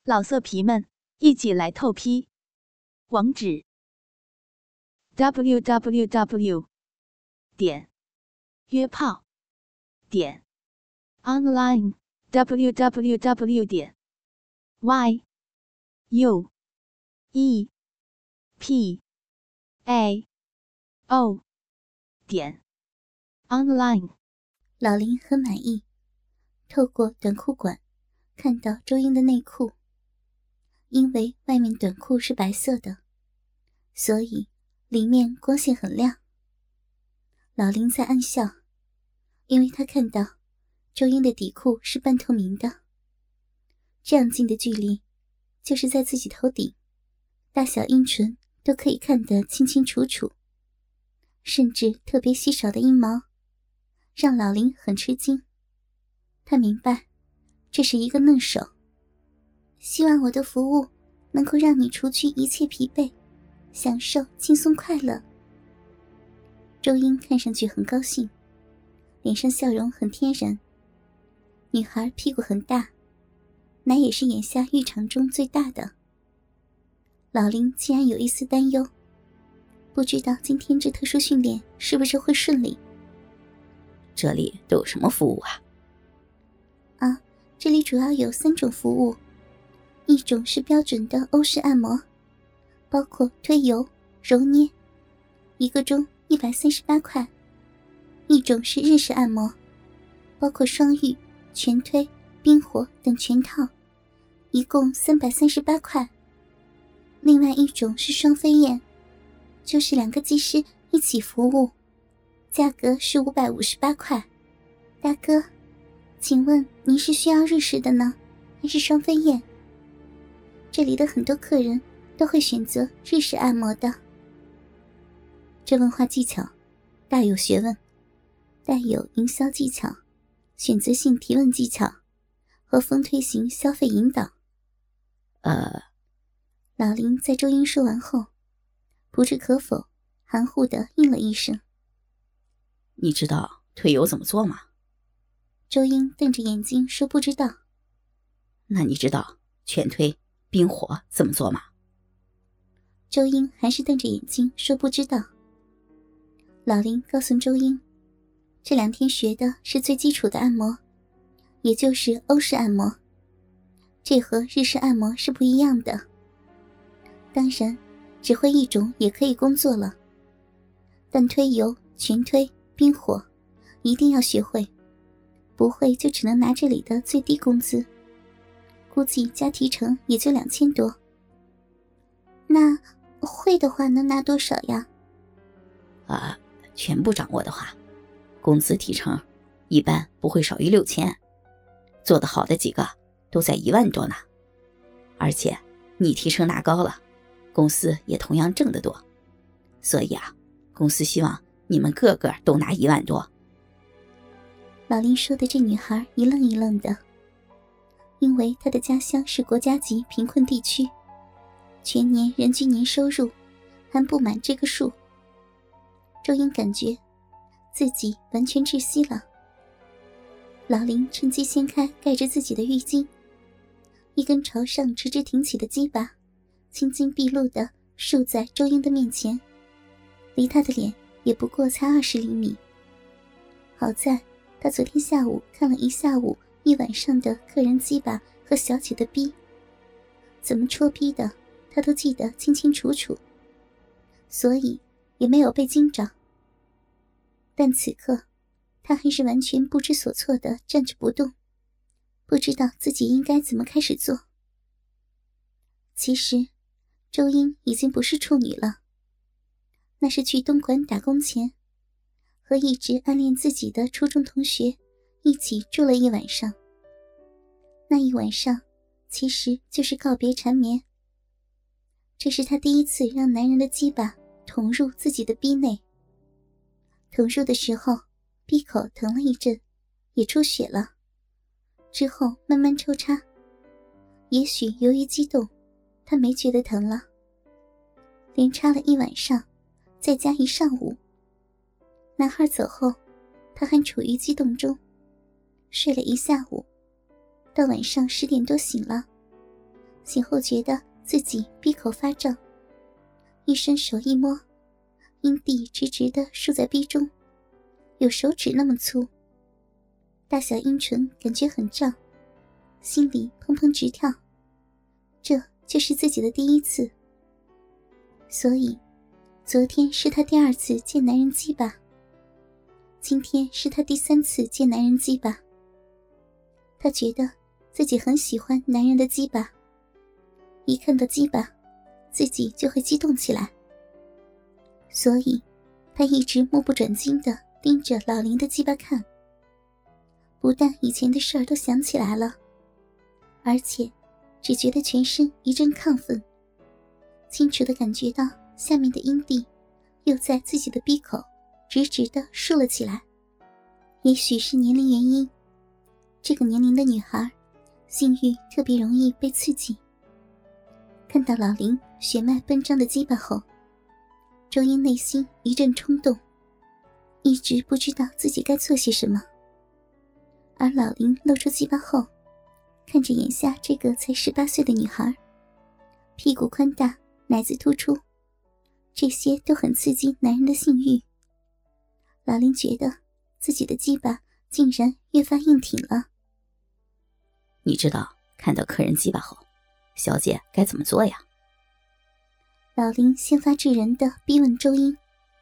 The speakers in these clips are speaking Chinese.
老色皮们，一起来透批！网址 www.约炮online www.yuepao.online。 老林很满意，透过短裤管看到周英的内裤。因为外面短裤是白色的，所以里面光线很亮。老林在暗笑，因为他看到周英的底裤是半透明的，这样近的距离，就是在自己头顶，大小阴唇都可以看得清清楚楚，甚至特别稀少的阴毛让老林很吃惊。他明白这是一个嫩手，希望我的服务能够让你除去一切疲惫，享受轻松快乐。周英看上去很高兴，脸上笑容很天然。女孩屁股很大，奶也是眼下浴场中最大的。老林竟然有一丝担忧，不知道今天这特殊训练是不是会顺利。 这里都有什么服务啊？ 这里主要有3种服务，一种是标准的欧式按摩，包括推油、揉捏，1个钟138块；一种是日式按摩，包括双浴、全推、冰火等全套，一共338块；另外一种是双飞燕，就是2个技师一起服务，价格是558块。大哥，请问您是需要日式的呢，还是双飞燕？这里的很多客人都会选择日式按摩的。这问话技巧大有学问，带有营销技巧、选择性提问技巧和风推型消费引导。老林在周英说完后，不置可否，含糊地应了一声。 你知道推油怎么做吗？ 周英瞪着眼睛说不知道。 那你知道全推、冰火怎么做吗？ 周英还是瞪着眼睛说不知道。老林告诉周英，这2天学的是最基础的按摩，也就是欧式按摩，这和日式按摩是不一样的。当然只会一种也可以工作了，但推油、全推、冰火一定要学会，不会就只能拿这里的最低工资，估计加提成也就2000多。那会的话能拿多少呀？ 全部掌握的话，工资提成一般不会少于6000，做得好的几个都在1万多呢。而且你提成拿高了，公司也同样挣得多，所以公司希望你们个个都拿1万多。 老林说的这女孩一愣一愣的，因为她的家乡是国家级贫困地区，全年人均年收入还不满这个数。周英感觉自己完全窒息了。老林趁机掀开盖着自己的浴巾，一根朝上直直挺起的鸡巴青筋毕露地竖在周英的面前，离他的脸也不过才20厘米。好在他昨天下午看了一下午一晚上的客人鸡巴和小姐的逼，怎么戳逼的他都记得清清楚楚，所以也没有被惊着。但此刻他还是完全不知所措地站着不动，不知道自己应该怎么开始做。其实周英已经不是处女了，那是去东莞打工前和一直暗恋自己的初中同学一起住了一晚上。那一晚上其实就是告别缠绵，这是他第一次让男人的鸡巴捅入自己的逼内。捅入的时候闭口疼了一阵，也出血了，之后慢慢抽插，也许由于激动他没觉得疼了。连插了一晚上，再加一上午。男孩走后他还处于激动中，睡了一下午，到晚上10点多醒了， 醒后觉得自己闭口发胀，一伸手一摸，阴蒂直直地竖在逼中，有手指那么粗。大小阴唇感觉很胀，心里砰砰直跳，这就是自己的第一次。所以昨天是他第2次见男人鸡巴，今天是他第3次见男人鸡巴。他觉得自己很喜欢男人的鸡巴，一看到鸡巴自己就会激动起来，所以他一直目不转睛地盯着老林的鸡巴看。不但以前的事儿都想起来了，而且只觉得全身一阵亢奋，清楚地感觉到下面的阴蒂又在自己的鼻口直直地竖了起来。也许是年龄原因，这个年龄的女孩性欲特别容易被刺激。看到老林血脉奔张的鸡巴后，周英内心一阵冲动，一直不知道自己该做些什么。而老林露出鸡巴后，看着眼下这个才18岁的女孩，屁股宽大，奶子突出，这些都很刺激男人的性欲。老林觉得自己的鸡巴竟然越发硬挺了。 你知道看到客人鸡巴后，小姐该怎么做呀？ 老林先发制人地逼问周英。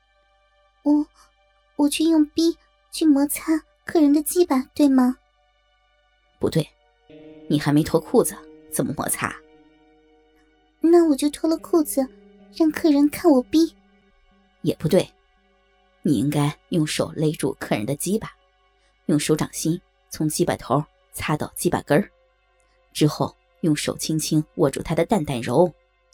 我去用逼去摩擦客人的鸡巴，对吗？ 不对，你还没脱裤子，怎么摩擦？ 那我就脱了裤子，让客人看我逼。 也不对，你应该用手勒住客人的鸡巴，用手掌心从鸡巴头擦到鸡巴根儿，之后用手轻轻握住他的蛋蛋揉。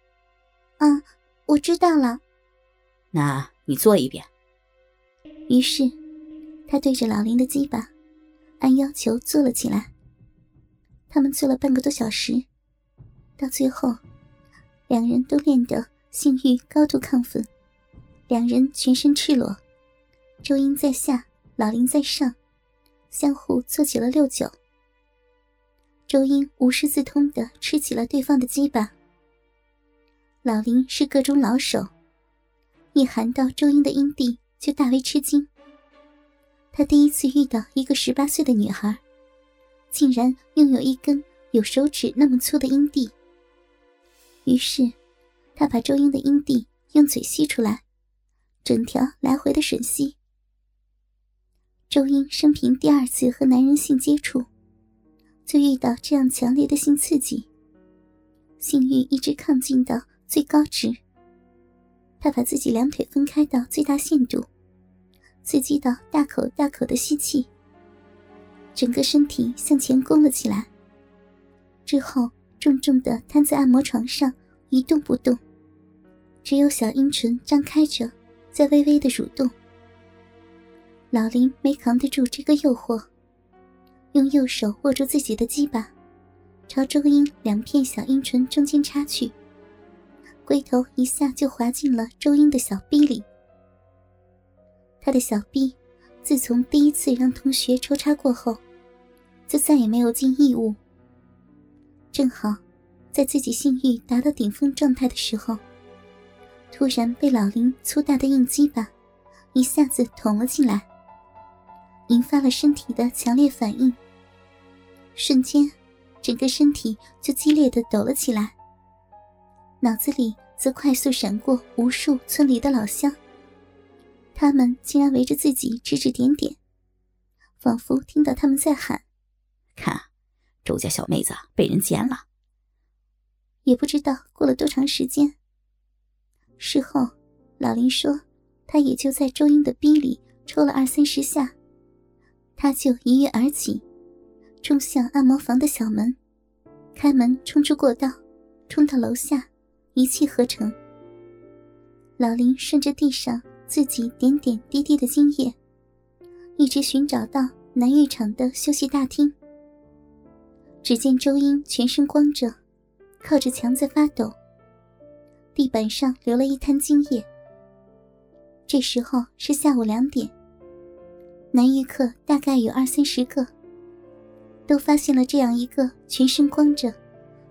我知道了。 那你做一遍。 于是他对着老林的鸡巴按要求做了起来。他们做了半个多小时，到最后两人都练得性欲高度亢奋，两人全身赤裸，周英在下，老林在上，相互做起了6九。周英无师自通地吃起了对方的鸡巴。老林是个中老手，一含到周英的阴蒂就大为吃惊。他第一次遇到一个18岁的女孩，竟然拥有一根有手指那么粗的阴蒂。于是他把周英的阴蒂用嘴吸出来，整条来回的吮吸。周英生平第2次和男人性接触，就遇到这样强烈的性刺激，性欲一直亢进到最高值。他把自己两腿分开到最大限度，刺激到大口大口的吸气，整个身体向前弓了起来，之后重重地瘫在按摩床上一动不动，只有小阴唇张开着在微微的蠕动。老林没扛得住这个诱惑，用右手握住自己的鸡巴，朝周英2片小阴唇中间插去，龟头一下就滑进了周英的小逼里。他的小逼自从第一次让同学抽插过后，就再也没有进异物。正好在自己性欲达到顶峰状态的时候，突然被老林粗大的硬鸡巴一下子捅了进来，引发了身体的强烈反应。瞬间整个身体就激烈地抖了起来，脑子里则快速闪过无数村里的老乡，他们竟然围着自己指指点点，仿佛听到他们在喊： 看，周家小妹子被人奸了。 也不知道过了多长时间，事后老林说他也就在周英的逼里抽了20-30下，他就一跃而起，冲向按摩房的小门，开门冲出过道，冲到楼下，一气呵成。老林顺着地上自己点点滴滴的精液，一直寻找到男浴场的休息大厅。只见周英全身光着，靠着墙在发抖，地板上流了一滩精液。这时候是下午2点，男浴客大概有20-30个，都发现了这样一个全身光着、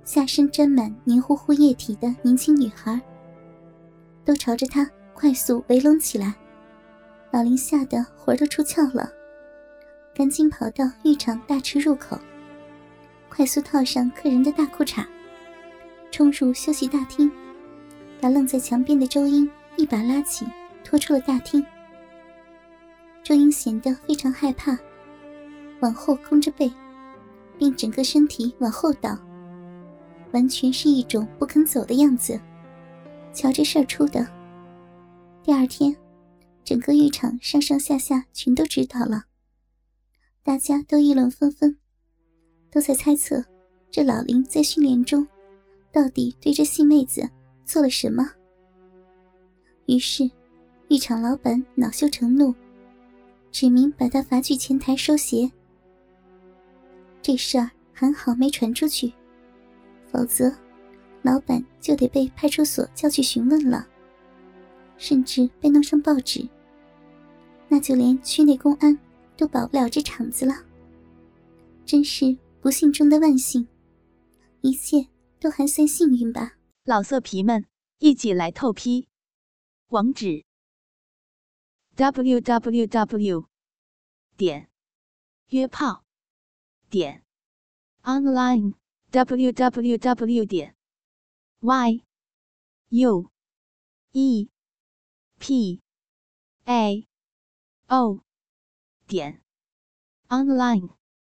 下身沾满黏糊糊液体的年轻女孩都朝着他快速围拢起来。老林吓得魂儿都出窍了，赶紧跑到浴场大池入口，快速套上客人的大裤衩，冲入休息大厅，把愣在墙边的周英一把拉起，拖出了大厅。周英显得非常害怕，往后弓着背，并整个身体往后倒，完全是一种不肯走的样子。瞧这事儿出的，第二天整个浴场上上下下全都知道了，大家都议论纷纷，都在猜测这老林在训练中到底对这细妹子做了什么。于是浴场老板恼羞成怒，指明把他罚去前台收鞋。这事儿还好没传出去，否则老板就得被派出所叫去询问了，甚至被弄上报纸，那就连区内公安都保不了这场子了。真是不幸中的万幸，一切都还算幸运吧。 老色皮们，一起来透批！网址 www.约炮.online www.yuepao.online